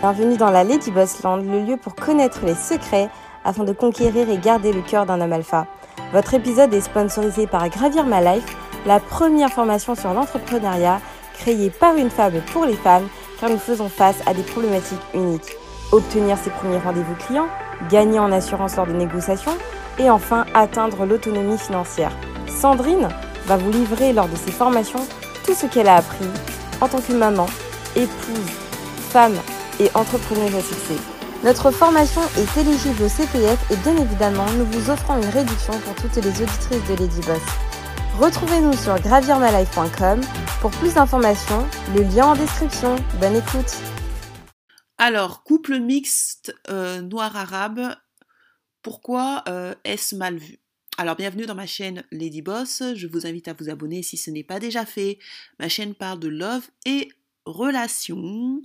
Bienvenue dans la Lady Boss Land, le lieu pour connaître les secrets afin de conquérir et garder le cœur d'un homme alpha. Votre épisode est sponsorisé par Gravir My Life, la première formation sur l'entrepreneuriat créée par une femme et pour les femmes, car nous faisons face à des problématiques uniques. Obtenir ses premiers rendez-vous clients, gagner en assurance lors de négociations et enfin atteindre l'autonomie financière. Sandrine va vous livrer lors de ses formations tout ce qu'elle a appris en tant que maman, épouse, femme et entrepreneuse à succès. Notre formation est éligible au CPF et bien évidemment, nous vous offrons une réduction pour toutes les auditrices de Lady Boss. Retrouvez-nous sur gravirmylife.com pour plus d'informations, le lien en description. Bonne écoute. Alors, couple mixte noir-arabe, pourquoi est-ce mal vu ? Alors, bienvenue dans ma chaîne Lady Boss, je vous invite à vous abonner si ce n'est pas déjà fait. Ma chaîne parle de love et relations.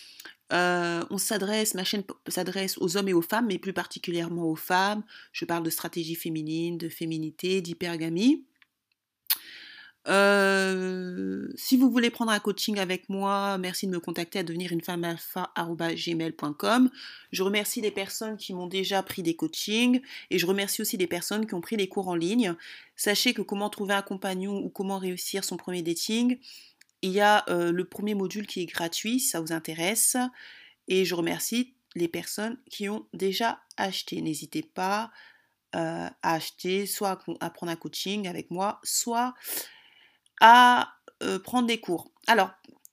Ma chaîne s'adresse aux hommes et aux femmes, mais plus particulièrement aux femmes. Je parle de stratégie féminine, de féminité, d'hypergamie. Si vous voulez prendre un coaching avec moi, merci de me contacter à devenirunefemmealpha@gmail.com. Je remercie les personnes qui m'ont déjà pris des coachings et je remercie aussi les personnes qui ont pris les cours en ligne. Sachez que comment trouver un compagnon ou comment réussir son premier dating, il y a le premier module qui est gratuit, si ça vous intéresse. Et je remercie les personnes qui ont déjà acheté. N'hésitez pas à acheter, soit à prendre un coaching avec moi, soit à prendre des cours. Alors,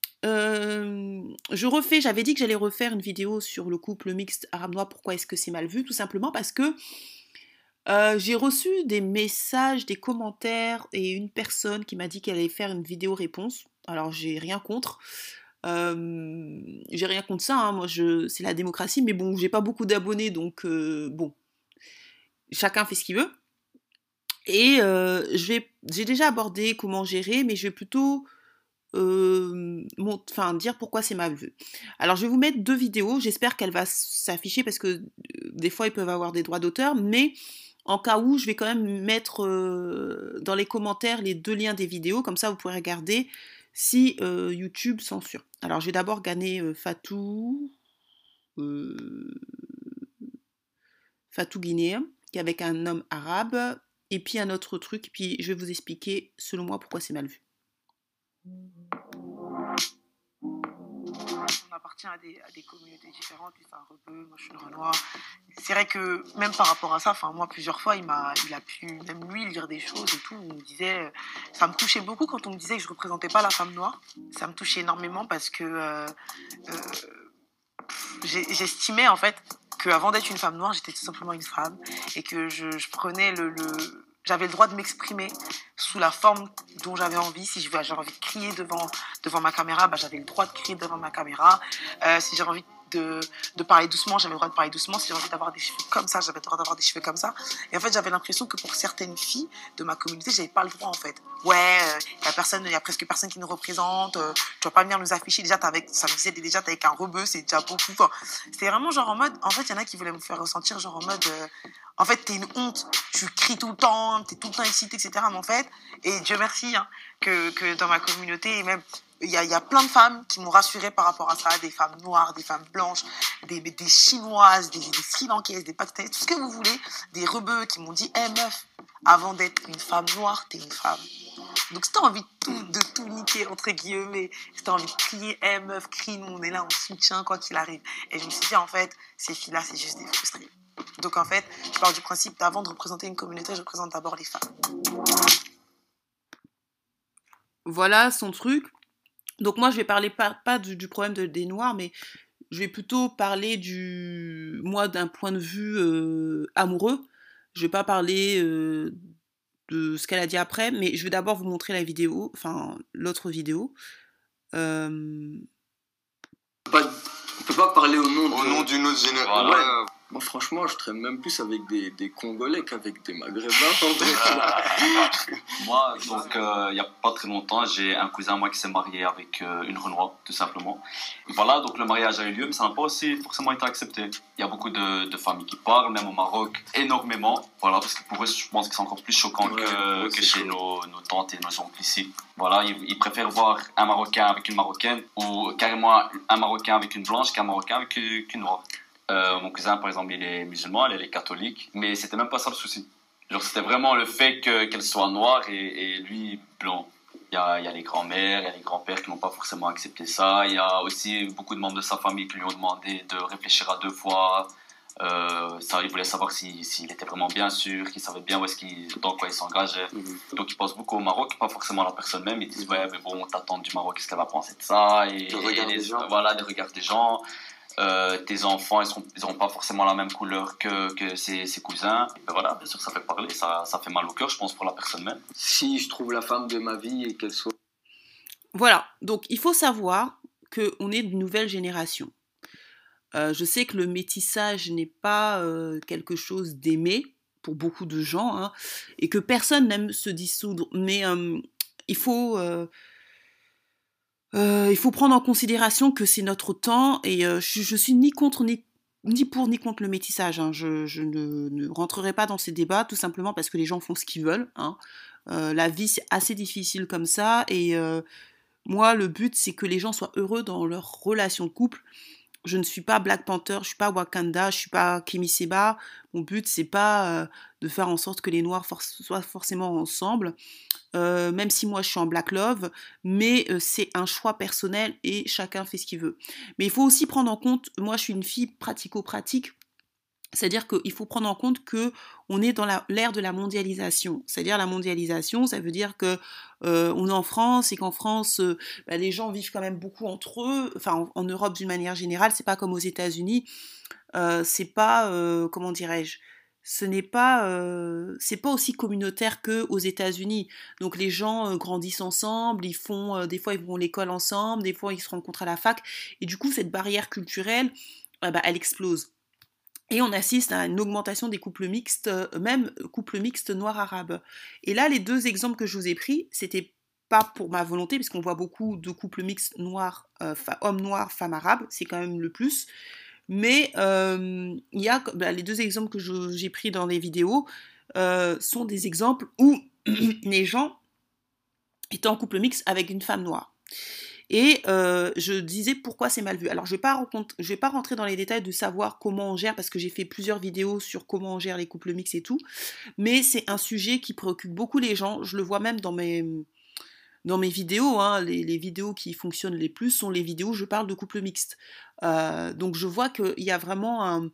j'avais dit que j'allais refaire une vidéo sur le couple mixte arabe-noir, pourquoi est-ce que c'est mal vu, tout simplement parce que j'ai reçu des messages, des commentaires et une personne qui m'a dit qu'elle allait faire une vidéo réponse. Alors, j'ai rien contre. Ça, hein. Moi c'est la démocratie, mais bon, j'ai pas beaucoup d'abonnés, donc bon, chacun fait ce qu'il veut. Et j'ai déjà abordé comment gérer, mais je vais plutôt dire pourquoi c'est mal vu. Alors je vais vous mettre 2 vidéos, j'espère qu'elle va s'afficher parce que des fois ils peuvent avoir des droits d'auteur, mais en cas où, je vais quand même mettre dans les commentaires les 2 liens des vidéos, comme ça vous pourrez regarder si YouTube censure. Alors je vais d'abord gagner Fatou Guinéen, qui est avec un homme arabe, et puis un autre truc, puis je vais vous expliquer selon moi pourquoi c'est mal vu. On appartient à des communautés différentes, lui c'est un rebeu, moi je suis une Renoir. C'est vrai que même par rapport à ça, moi plusieurs fois il a pu même lui lire des choses et tout, il me disait, ça me touchait beaucoup quand on me disait que je représentais pas la femme noire, ça me touchait énormément parce que j'estimais en fait qu'avant d'être une femme noire, j'étais tout simplement une femme et que je prenais j'avais le droit de m'exprimer sous la forme dont j'avais envie. Si j'avais envie de crier devant ma caméra, j'avais le droit de crier devant ma caméra. Si j'avais envie de parler doucement, j'avais le droit de parler doucement. Si j'avais envie d'avoir des cheveux comme ça, j'avais le droit d'avoir des cheveux comme ça. Et en fait, j'avais l'impression que pour certaines filles de ma communauté, j'avais pas le droit en fait. Ouais, il y a presque personne qui nous représente. Tu vas pas venir nous afficher. Déjà, ça me disait déjà, t'es avec un rebeu, c'est déjà beaucoup. Enfin, c'était vraiment genre en mode, en fait, il y en a qui voulaient me faire ressentir genre en mode, en fait, t'es une honte, tu cries tout le temps, t'es tout le temps excitée, etc. Mais en fait, et Dieu merci, hein, que dans ma communauté, et même, il y a plein de femmes qui m'ont rassurée par rapport à ça, des femmes noires, des femmes blanches, des chinoises, des sri lankaises, des pakistanaises, tout ce que vous voulez, des rebeux qui m'ont dit, meuf, avant d'être une femme noire, t'es une femme. Donc si t'as envie de tout niquer, entre guillemets, si t'as envie de crier, meuf, crie, nous on est là, on soutient quoi qu'il arrive. Et je me suis dit, en fait, ces filles-là, c'est juste des frustrées. Donc en fait, je pars du principe qu'avant de représenter une communauté, je représente d'abord les femmes. Voilà son truc. Donc moi je vais parler pas du problème des noirs, mais je vais plutôt parler moi d'un point de vue amoureux. Je vais pas parler de ce qu'elle a dit après, mais je vais d'abord vous montrer la vidéo, enfin l'autre vidéo. On peut pas parler au nom d'une autre génération. Voilà. Ouais. Moi, franchement, je traîne même plus avec des Congolais qu'avec des Maghrébins. En vrai. Moi, donc, il n'y a pas très longtemps, j'ai un cousin, moi, qui s'est marié avec une Renoir, tout simplement. Voilà, donc le mariage a eu lieu, mais ça n'a pas aussi forcément été accepté. Il y a beaucoup de familles qui parlent, même au Maroc, énormément. Voilà, parce que pour eux, je pense que c'est encore plus choquant que chez nos tantes et nos oncles ici. Voilà, ils préfèrent voir un Marocain avec une Marocaine ou carrément un Marocain avec une blanche qu'un Marocain avec une noire. Mon cousin, par exemple, il est musulman, elle est catholique, mais c'était même pas ça le souci. Genre, c'était vraiment le fait qu'elle soit noire et lui blanc. Il y a les grands-mères, il y a les grands-pères qui n'ont pas forcément accepté ça. Il y a aussi beaucoup de membres de sa famille qui lui ont demandé de réfléchir à deux fois. Ça, il voulait savoir s'il était vraiment bien sûr, qu'il savait bien dans quoi il s'engageait. Donc, il pense beaucoup au Maroc, pas forcément à la personne même. Ils disent, ouais, mais bon, t'attends du Maroc, qu'est-ce qu'elle va penser de ça? Le regard des gens. Voilà, des regards des gens. Tes enfants, ils n'auront pas forcément la même couleur que ses cousins. Et voilà, bien sûr, ça fait parler, ça fait mal au cœur, je pense, pour la personne même. Si je trouve la femme de ma vie et qu'elle soit... Voilà, donc il faut savoir qu'on est de nouvelle génération. Je sais que le métissage n'est pas quelque chose d'aimé pour beaucoup de gens, hein, et que personne n'aime se dissoudre, mais il faut prendre en considération que c'est notre temps et je suis ni contre ni pour ni contre le métissage. Hein. Je ne rentrerai pas dans ces débats tout simplement parce que les gens font ce qu'ils veulent. Hein. La vie c'est assez difficile comme ça et moi le but c'est que les gens soient heureux dans leur relation de couple. Je ne suis pas Black Panther, je suis pas Wakanda, je suis pas Kimi Seba. Mon but c'est pas de faire en sorte que les Noirs soient forcément ensemble. Même si moi je suis en Black Love, mais c'est un choix personnel et chacun fait ce qu'il veut. Mais il faut aussi prendre en compte, moi je suis une fille pratico-pratique, c'est-à-dire qu'il faut prendre en compte qu'on est dans l'ère de la mondialisation. C'est-à-dire la mondialisation, ça veut dire que on est en France et qu'en France, les gens vivent quand même beaucoup entre eux. Enfin, en Europe d'une manière générale, c'est pas comme aux États-Unis. C'est pas, comment dirais-je, c'est pas aussi communautaire qu'aux États-Unis. Donc les gens grandissent ensemble, des fois ils vont à l'école ensemble, des fois ils se rencontrent à la fac, et du coup cette barrière culturelle, elle explose. Et on assiste à une augmentation des couples mixtes, même couples mixtes noirs-arabes. Et là, les deux exemples que je vous ai pris, c'était pas pour ma volonté, parce qu'on voit beaucoup de couples mixtes noirs, hommes noirs, femmes arabes, c'est quand même le plus. Mais il y a les deux exemples que j'ai pris dans les vidéos sont des exemples où les gens étaient en couple mixte avec une femme noire. Et je disais pourquoi c'est mal vu. Alors je vais pas rentrer dans les détails de savoir comment on gère, parce que j'ai fait plusieurs vidéos sur comment on gère les couples mixtes et tout, mais c'est un sujet qui préoccupe beaucoup les gens. Je le vois même dans mes vidéos, hein. Les vidéos qui fonctionnent les plus sont les vidéos où je parle de couple mixte. Donc je vois qu'il y a vraiment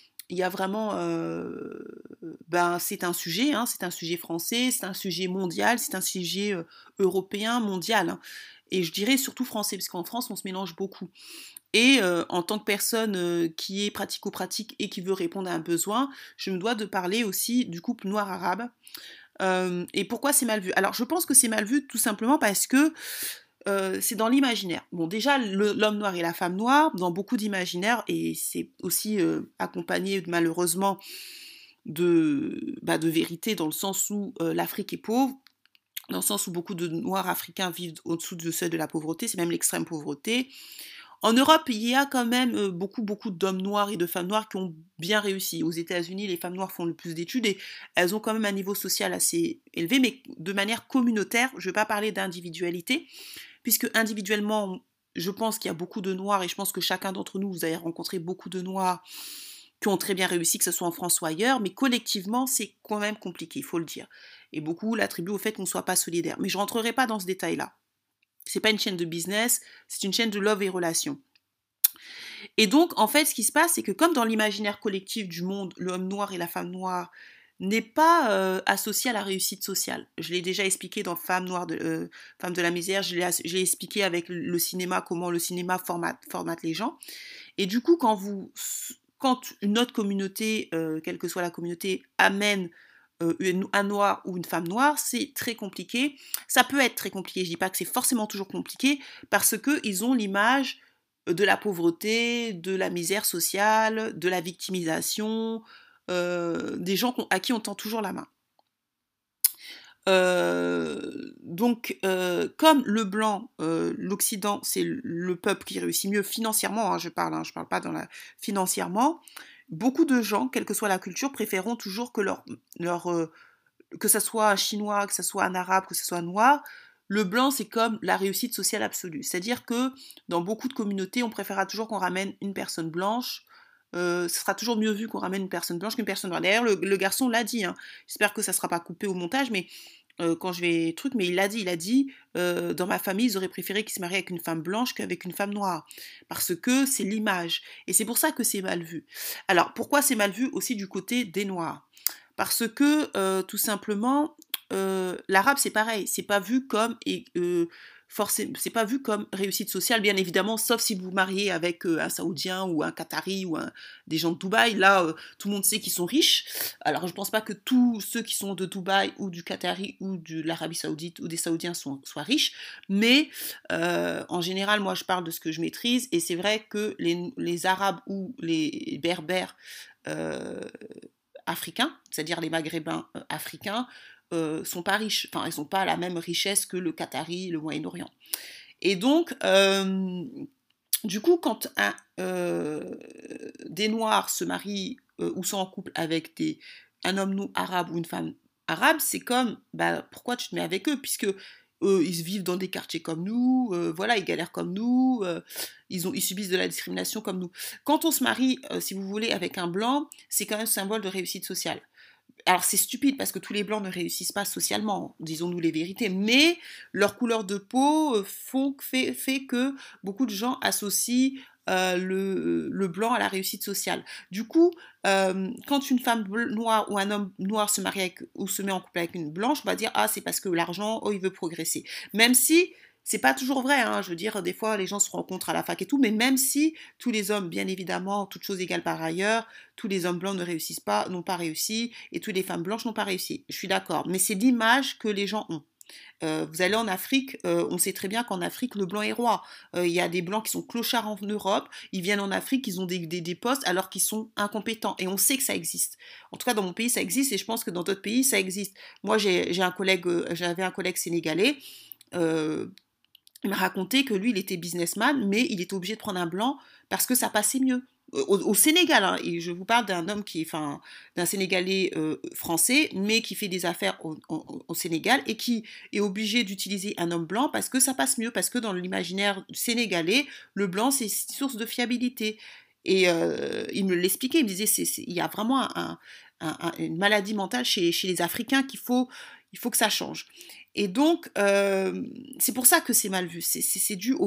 c'est un sujet, hein, c'est un sujet français, c'est un sujet mondial, c'est un sujet européen, mondial, hein. Et je dirais surtout français, parce qu'en France on se mélange beaucoup. Et en tant que personne qui est pratico-pratique et qui veut répondre à un besoin, je me dois de parler aussi du couple noir-arabe. Et pourquoi c'est mal vu? Alors je pense que c'est mal vu tout simplement parce que c'est dans l'imaginaire. Bon, déjà, l'homme noir et la femme noire, dans beaucoup d'imaginaires, et c'est aussi accompagné malheureusement de vérité, dans le sens où l'Afrique est pauvre, dans le sens où beaucoup de Noirs africains vivent au-dessous du seuil de la pauvreté, c'est même l'extrême pauvreté. En Europe, il y a quand même beaucoup d'hommes noirs et de femmes noires qui ont bien réussi. Aux États-Unis, les femmes noires font le plus d'études et elles ont quand même un niveau social assez élevé, mais de manière communautaire. Je ne vais pas parler d'individualité, puisque individuellement, je pense qu'il y a beaucoup de Noirs et je pense que chacun d'entre nous, vous avez rencontré beaucoup de Noirs qui ont très bien réussi, que ce soit en France ou ailleurs, mais collectivement, c'est quand même compliqué, il faut le dire. Et beaucoup l'attribuent au fait qu'on ne soit pas solidaire. Mais je ne rentrerai pas dans ce détail-là. C'est pas une chaîne de business, c'est une chaîne de love et relations. Et donc, en fait, ce qui se passe, c'est que comme dans l'imaginaire collectif du monde, l'homme noir et la femme noire n'est pas associé à la réussite sociale. Je l'ai déjà expliqué dans Femme de la misère, je l'ai expliqué avec le cinéma, comment le cinéma formate les gens. Et du coup, quand une autre communauté, quelle que soit la communauté, amène un noir ou une femme noire, c'est très compliqué. Ça peut être très compliqué, je dis pas que c'est forcément toujours compliqué, parce qu'ils ont l'image de la pauvreté, de la misère sociale, de la victimisation, des gens à qui on tend toujours la main. Donc, comme le blanc, l'Occident, c'est le peuple qui réussit mieux financièrement, hein, je parle pas financièrement, beaucoup de gens, quelle que soit la culture, préféreront toujours que que ça soit un chinois, que ça soit un arabe, que ça soit un noir. Le blanc, c'est comme la réussite sociale absolue. C'est-à-dire que dans beaucoup de communautés, on préférera toujours qu'on ramène une personne blanche. Ce sera toujours mieux vu qu'on ramène une personne blanche qu'une personne noire. D'ailleurs, le garçon l'a dit. Hein. J'espère que ça ne sera pas coupé au montage, mais quand je vais mais il a dit, dans ma famille, ils auraient préféré qu'il se marie avec une femme blanche qu'avec une femme noire, parce que c'est l'image, et c'est pour ça que c'est mal vu. Alors, pourquoi c'est mal vu aussi du côté des noirs? Parce que, tout simplement, l'arabe, c'est pareil, c'est pas vu comme c'est pas vu comme réussite sociale, bien évidemment, sauf si vous vous mariez avec un Saoudien ou un Qatari ou des gens de Dubaï. Là, tout le monde sait qu'ils sont riches. Alors, je pense pas que tous ceux qui sont de Dubaï ou du Qatari ou de l'Arabie Saoudite ou des Saoudiens soient riches, mais en général, moi, je parle de ce que je maîtrise, et c'est vrai que les Arabes ou les Berbères africains, c'est-à-dire les Maghrébins africains, sont pas riches, enfin ils n'ont pas la même richesse que le Qatari, le Moyen-Orient. Et donc, du coup, quand des Noirs se marient ou sont en couple avec un homme arabe ou une femme arabe, c'est comme, pourquoi tu te mets avec eux, puisque ils vivent dans des quartiers comme nous, voilà, ils galèrent comme nous, ils subissent de la discrimination comme nous. Quand on se marie, si vous voulez, avec un blanc, c'est quand même un symbole de réussite sociale. Alors c'est stupide parce que tous les blancs ne réussissent pas socialement, disons-nous les vérités, mais leur couleur de peau fait que beaucoup de gens associent le blanc à la réussite sociale. Du coup, quand une femme noire ou un homme noir se marie ou se met en couple avec une blanche, on va dire c'est parce que l'argent, il veut progresser. Même si c'est pas toujours vrai, hein. Je veux dire, des fois les gens se rencontrent à la fac et tout, mais même si tous les hommes, bien évidemment, toutes choses égales par ailleurs, tous les hommes blancs n'ont pas réussi, et toutes les femmes blanches n'ont pas réussi. Je suis d'accord, mais c'est l'image que les gens ont. Vous allez en Afrique, on sait très bien qu'en Afrique, le blanc est roi. Il y a des blancs qui sont clochards en Europe, ils viennent en Afrique, ils ont des postes alors qu'ils sont incompétents. Et on sait que ça existe. En tout cas, dans mon pays, ça existe, et je pense que dans d'autres pays, ça existe. Moi, j'avais un collègue sénégalais. Il m'a raconté que lui, il était businessman, mais il était obligé de prendre un blanc parce que ça passait mieux. Au Sénégal, hein, et je vous parle d'un homme d'un Sénégalais français, mais qui fait des affaires au Sénégal et qui est obligé d'utiliser un homme blanc parce que ça passe mieux, parce que dans l'imaginaire sénégalais, le blanc, c'est une source de fiabilité. Et il me l'expliquait, il me disait, il y a vraiment une maladie mentale chez les Africains il faut que ça change. Et donc, c'est pour ça que c'est mal vu. C'est dû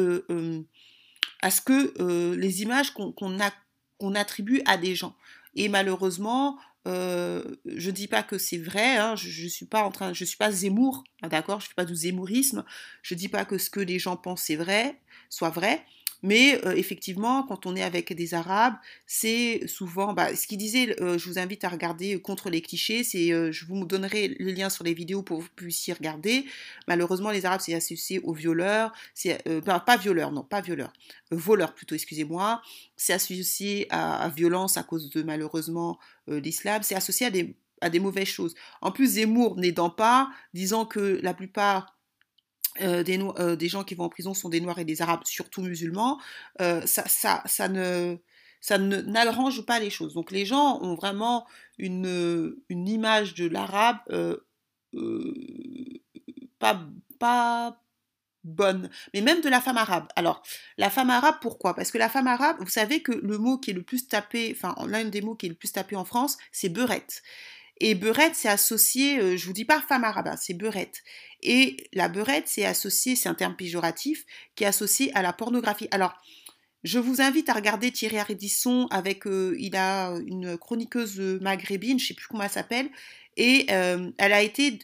à ce que les images qu'on attribue à des gens. Et malheureusement, je dis pas que c'est vrai. Hein, je suis pas Zemmour, d'accord. Je fais pas du zemmourisme. Je dis pas que ce que les gens pensent soit vrai. Mais effectivement, quand on est avec des Arabes, c'est souvent, ce qu'il disait, je vous invite à regarder Contre les clichés, je vous donnerai le lien sur les vidéos pour que vous puissiez regarder. Malheureusement, les Arabes, c'est associé aux violeurs, voleurs plutôt, excusez-moi, c'est associé à violence à cause de, malheureusement, l'islam, c'est associé à des mauvaises choses. En plus, Zemmour n'aidant pas, disant que la plupart des gens qui vont en prison sont des Noirs et des Arabes, surtout musulmans, ça n'arrange pas les choses. Donc les gens ont vraiment une image de l'Arabe pas bonne, mais même de la femme arabe. Alors, la femme arabe, pourquoi? Parce que la femme arabe, vous savez que le mot qui est le plus tapé, l'un des mots qui est le plus tapé en France, c'est beurette. Et beurette, c'est associé, je vous dis pas femme arabe, c'est beurette. Et la beurette, c'est un terme péjoratif, qui est associé à la pornographie. Alors, je vous invite à regarder Thierry Ardisson il a une chroniqueuse maghrébine, je sais plus comment elle s'appelle, et elle a été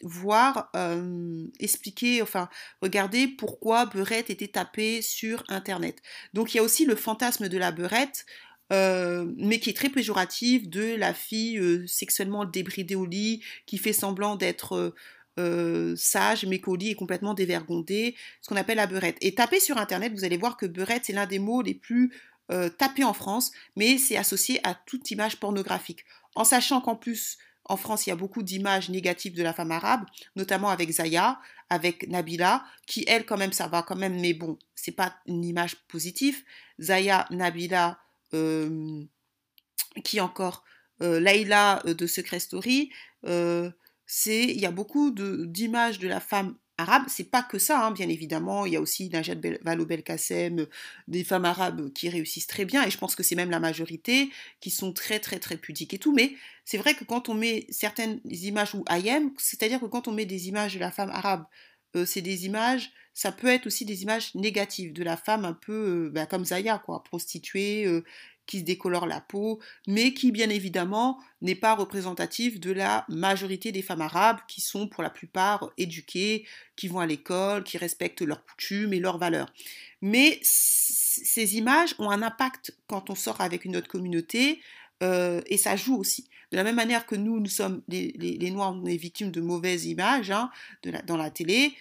regarder pourquoi beurette était tapée sur Internet. Donc, il y a aussi le fantasme de la beurette, mais qui est très péjoratif, de la fille sexuellement débridée au lit, qui fait semblant d'être sage, méconnu et complètement dévergondé, ce qu'on appelle la beurette. Et tapez sur internet, vous allez voir que beurette, c'est l'un des mots les plus tapés en France, mais c'est associé à toute image pornographique. En sachant qu'en plus, en France, il y a beaucoup d'images négatives de la femme arabe, notamment avec Zaya, avec Nabila, qui elle, quand même, ça va quand même, mais bon, c'est pas une image positive. Zaya, Nabila, qui encore Layla de Secret Story, il y a beaucoup d'images de la femme arabe, c'est pas que ça, hein, bien évidemment, il y a aussi Najat Vallaud-Belkacem, des femmes arabes qui réussissent très bien, et je pense que c'est même la majorité, qui sont très très très pudiques et tout, mais c'est vrai que quand on met certaines images, ou Ayem, c'est-à-dire que quand on met des images de la femme arabe, c'est des images, ça peut être aussi des images négatives de la femme un peu comme Zaya, quoi, prostituée, qui se décolore la peau, mais qui bien évidemment n'est pas représentative de la majorité des femmes arabes qui sont pour la plupart éduquées, qui vont à l'école, qui respectent leurs coutumes et leurs valeurs. Mais ces images ont un impact quand on sort avec une autre communauté, et ça joue aussi. De la même manière que nous sommes les Noirs, on est victimes de mauvaises images hein, dans la télé.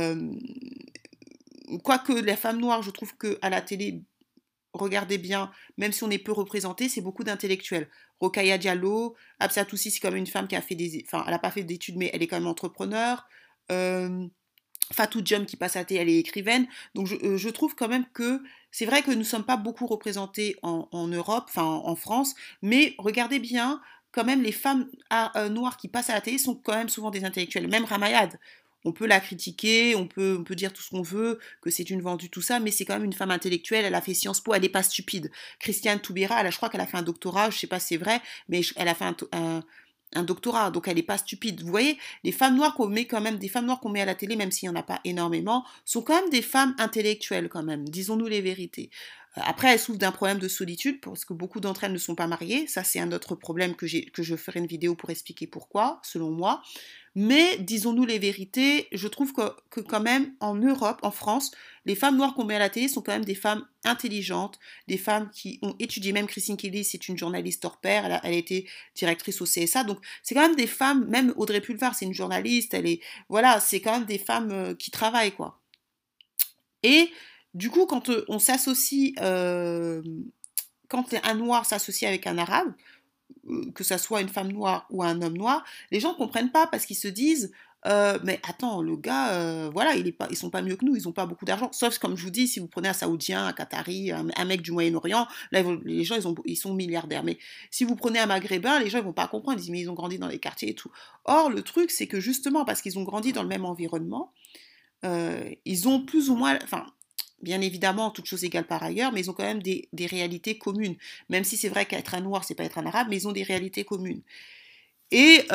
Quoique la femme noire, je trouve qu'à la télé, regardez bien, même si on est peu représenté, c'est beaucoup d'intellectuels. Rokhaya Diallo, Absatoussi, c'est quand même une femme qui a fait elle n'a pas fait d'études, mais elle est quand même entrepreneur. Fatou Diom qui passe à la télé, elle est écrivaine. Donc je trouve quand même que c'est vrai que nous ne sommes pas beaucoup représentés en Europe, enfin en France, mais regardez bien, quand même les femmes noires qui passent à la télé sont quand même souvent des intellectuels. Même Ramayad, on peut la critiquer, on peut dire tout ce qu'on veut, que c'est une vendue, tout ça, mais c'est quand même une femme intellectuelle, elle a fait Sciences Po, elle n'est pas stupide. Christiane Taubira, je crois qu'elle a fait un doctorat, je ne sais pas si c'est vrai, mais elle a fait un doctorat, donc elle n'est pas stupide. Vous voyez, les femmes noires qu'on met quand même, des femmes noires qu'on met à la télé, même s'il n'y en a pas énormément, sont quand même des femmes intellectuelles quand même, disons-nous les vérités. Après, elles souffrent d'un problème de solitude, parce que beaucoup d'entre elles ne sont pas mariées, ça c'est un autre problème que je ferai une vidéo pour expliquer pourquoi, selon moi. Mais disons-nous les vérités, je trouve que quand même en Europe, en France, les femmes noires qu'on met à la télé sont quand même des femmes intelligentes, des femmes qui ont étudié, même Christine Kelly, c'est une journaliste hors pair, elle a été directrice au CSA, donc c'est quand même des femmes, même Audrey Pulvar, c'est une journaliste, voilà, c'est quand même des femmes qui travaillent, quoi. Et du coup, quand on s'associe, quand un noir s'associe avec un arabe, que ça soit une femme noire ou un homme noir, les gens ne comprennent pas parce qu'ils se disent mais attends, le gars, voilà, ils sont pas mieux que nous, ils n'ont pas beaucoup d'argent. Sauf, comme je vous dis, si vous prenez un Saoudien, un Qatari, un mec du Moyen-Orient, là, les gens, ils sont milliardaires. Mais si vous prenez un Maghrébin, les gens ne vont pas comprendre, ils disent mais ils ont grandi dans les quartiers et tout. Or, le truc, c'est que justement, parce qu'ils ont grandi dans le même environnement, ils ont plus ou moins... Enfin, bien évidemment, toutes choses égales par ailleurs, mais ils ont quand même des réalités communes. Même si c'est vrai qu'être un noir, c'est pas être un arabe, mais ils ont des réalités communes. Et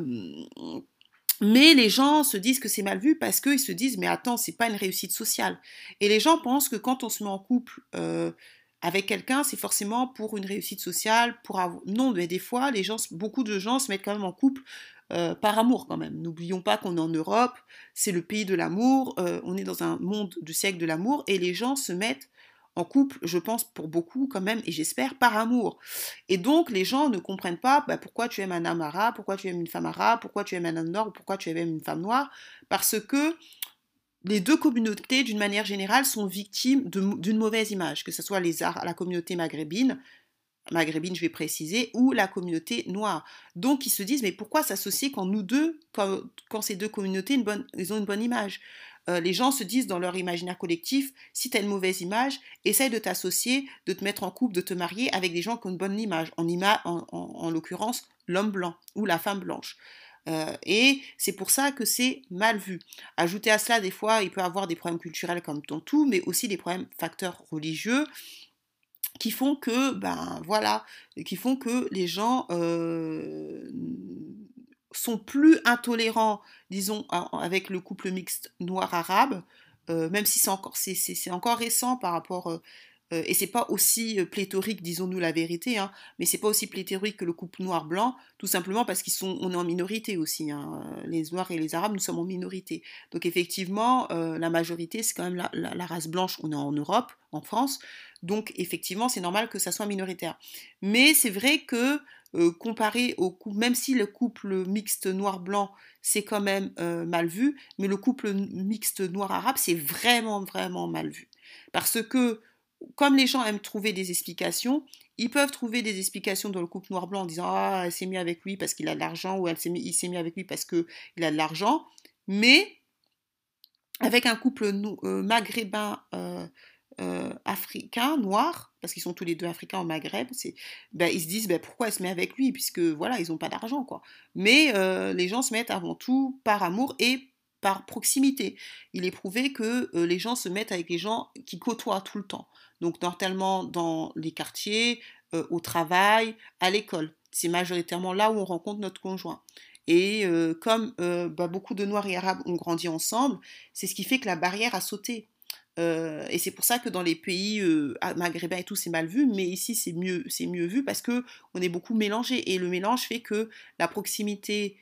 mais les gens se disent que c'est mal vu parce qu'ils se disent mais attends, c'est pas une réussite sociale. Et les gens pensent que quand on se met en couple avec quelqu'un, c'est forcément pour une réussite sociale, non, mais des fois, beaucoup de gens se mettent quand même en couple par amour quand même. N'oublions pas qu'on est en Europe, c'est le pays de l'amour, on est dans un monde du siècle de l'amour, et les gens se mettent en couple, je pense pour beaucoup quand même, et j'espère, par amour. Et donc les gens ne comprennent pas pourquoi tu aimes un homme arabe, pourquoi tu aimes une femme arabe, pourquoi tu aimes un homme noir, ou pourquoi tu aimes une femme noire, parce que les deux communautés, d'une manière générale, sont victimes d'une mauvaise image, que ce soit la communauté maghrébine, je vais préciser, ou la communauté noire. Donc ils se disent, mais pourquoi s'associer quand nous deux, quand ces deux communautés, ils ont une bonne image? Les gens se disent dans leur imaginaire collectif, si tu as une mauvaise image, essaye de t'associer, de te mettre en couple, de te marier avec des gens qui ont une bonne image, en l'occurrence l'homme blanc ou la femme blanche. Et c'est pour ça que c'est mal vu. Ajouter à cela, des fois, il peut y avoir des problèmes culturels comme dans tout, mais aussi des problèmes facteurs religieux, qui font que, qui font que les gens sont plus intolérants, disons, avec le couple mixte noir-arabe, même si c'est encore récent par rapport... et c'est pas aussi pléthorique, disons-nous la vérité, hein, mais c'est pas aussi pléthorique que le couple noir-blanc, tout simplement parce on est en minorité aussi, hein, les Noirs et les Arabes, nous sommes en minorité. Donc effectivement, la majorité, c'est quand même la race blanche, on est en Europe, en France, donc effectivement, c'est normal que ça soit minoritaire. Mais c'est vrai que comparé au couple, même si le couple mixte noir-blanc, c'est quand même mal vu, mais le couple mixte noir-arabe, c'est vraiment, vraiment mal vu. Parce que, comme les gens aiment trouver des explications, ils peuvent trouver des explications dans le couple noir-blanc en disant ah, elle s'est mise avec lui parce qu'il a de l'argent ou il s'est mis avec lui parce qu'il a de l'argent. Mais avec un couple maghrébin africain, noir, parce qu'ils sont tous les deux africains au Maghreb, ils se disent pourquoi elle se met avec lui, puisque voilà, ils n'ont pas d'argent, quoi. Mais les gens se mettent avant tout par amour et par proximité. Il est prouvé que les gens se mettent avec les gens qui côtoient tout le temps. Donc, notamment dans les quartiers, au travail, à l'école. C'est majoritairement là où on rencontre notre conjoint. Et comme beaucoup de Noirs et Arabes ont grandi ensemble, c'est ce qui fait que la barrière a sauté. Et c'est pour ça que dans les pays maghrébins et tout, c'est mal vu, mais ici, c'est mieux vu parce qu'on est beaucoup mélangé. Et le mélange fait que la proximité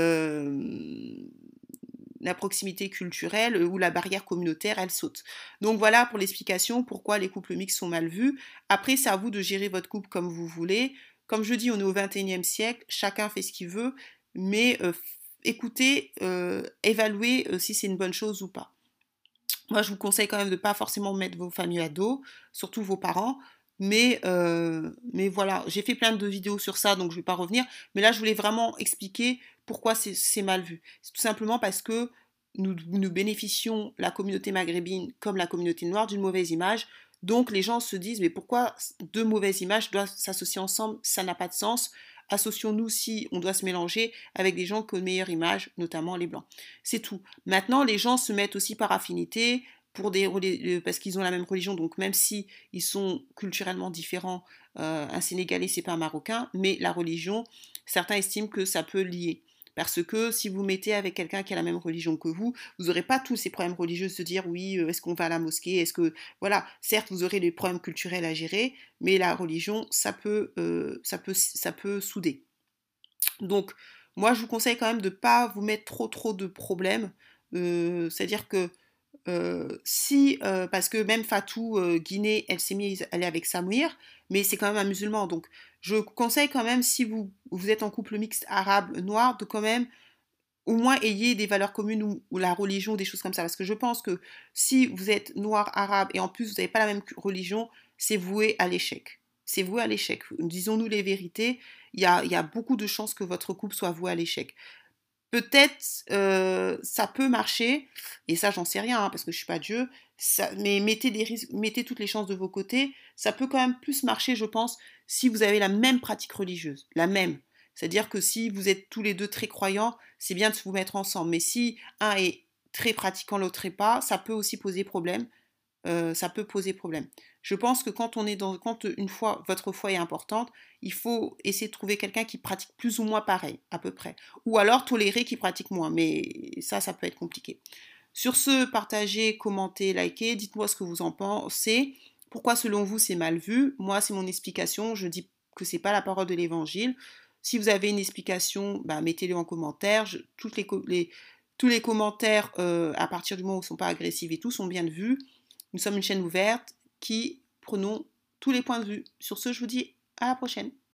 culturelle ou la barrière communautaire, elle saute. Donc voilà pour l'explication pourquoi les couples mixtes sont mal vus. Après, c'est à vous de gérer votre couple comme vous voulez. Comme je dis, on est au XXIe siècle, chacun fait ce qu'il veut, mais écoutez, évaluez si c'est une bonne chose ou pas. Moi, je vous conseille quand même de ne pas forcément mettre vos familles à dos, surtout vos parents. Mais voilà, j'ai fait plein de vidéos sur ça, donc je ne vais pas revenir. Mais là, je voulais vraiment expliquer pourquoi c'est mal vu. C'est tout simplement parce que nous bénéficions, la communauté maghrébine comme la communauté noire, d'une mauvaise image. Donc les gens se disent, mais pourquoi deux mauvaises images doivent s'associer ensemble? Ça n'a pas de sens. Associons-nous si on doit se mélanger avec des gens qui ont une meilleure image, notamment les blancs. C'est tout. Maintenant, les gens se mettent aussi par affinité parce qu'ils ont la même religion, donc même si ils sont culturellement différents, un Sénégalais c'est pas un Marocain, mais la religion, certains estiment que ça peut lier. Parce que si vous mettez avec quelqu'un qui a la même religion que vous n'aurez pas tous ces problèmes religieux de se dire oui, est-ce qu'on va à la mosquée, est-ce que voilà, certes vous aurez des problèmes culturels à gérer, mais la religion ça peut souder. Donc moi je vous conseille quand même de ne pas vous mettre trop de problèmes, c'est-à-dire que parce que même Fatou Guinée, elle est avec Samouir, mais c'est quand même un musulman, donc je conseille quand même, si vous êtes en couple mixte arabe-noir, de quand même au moins ayez des valeurs communes ou la religion, des choses comme ça, parce que je pense que si vous êtes noir-arabe et en plus vous n'avez pas la même religion, c'est voué à l'échec. C'est voué à l'échec. Disons-nous les vérités, il y a beaucoup de chances que votre couple soit voué à l'échec. Peut-être ça peut marcher, et ça j'en sais rien, parce que je suis pas Dieu, mais mettez toutes les chances de vos côtés, ça peut quand même plus marcher, je pense, si vous avez la même pratique religieuse, la même. C'est-à-dire que si vous êtes tous les deux très croyants, c'est bien de vous mettre ensemble, mais si un est très pratiquant, l'autre n'est pas, ça peut aussi poser problème. Je pense que quand votre foi est importante, il faut essayer de trouver quelqu'un qui pratique plus ou moins pareil, à peu près. Ou alors tolérer qui pratique moins, mais ça peut être compliqué. Sur ce, partagez, commentez, likez, dites-moi ce que vous en pensez. Pourquoi selon vous c'est mal vu? Moi c'est mon explication, je dis que c'est pas la parole de l'évangile. Si vous avez une explication, mettez-le en commentaire. Tous les commentaires, à partir du moment où ils ne sont pas agressifs et tout, sont bien vus. Nous sommes une chaîne ouverte qui prenons tous les points de vue. Sur ce, je vous dis à la prochaine.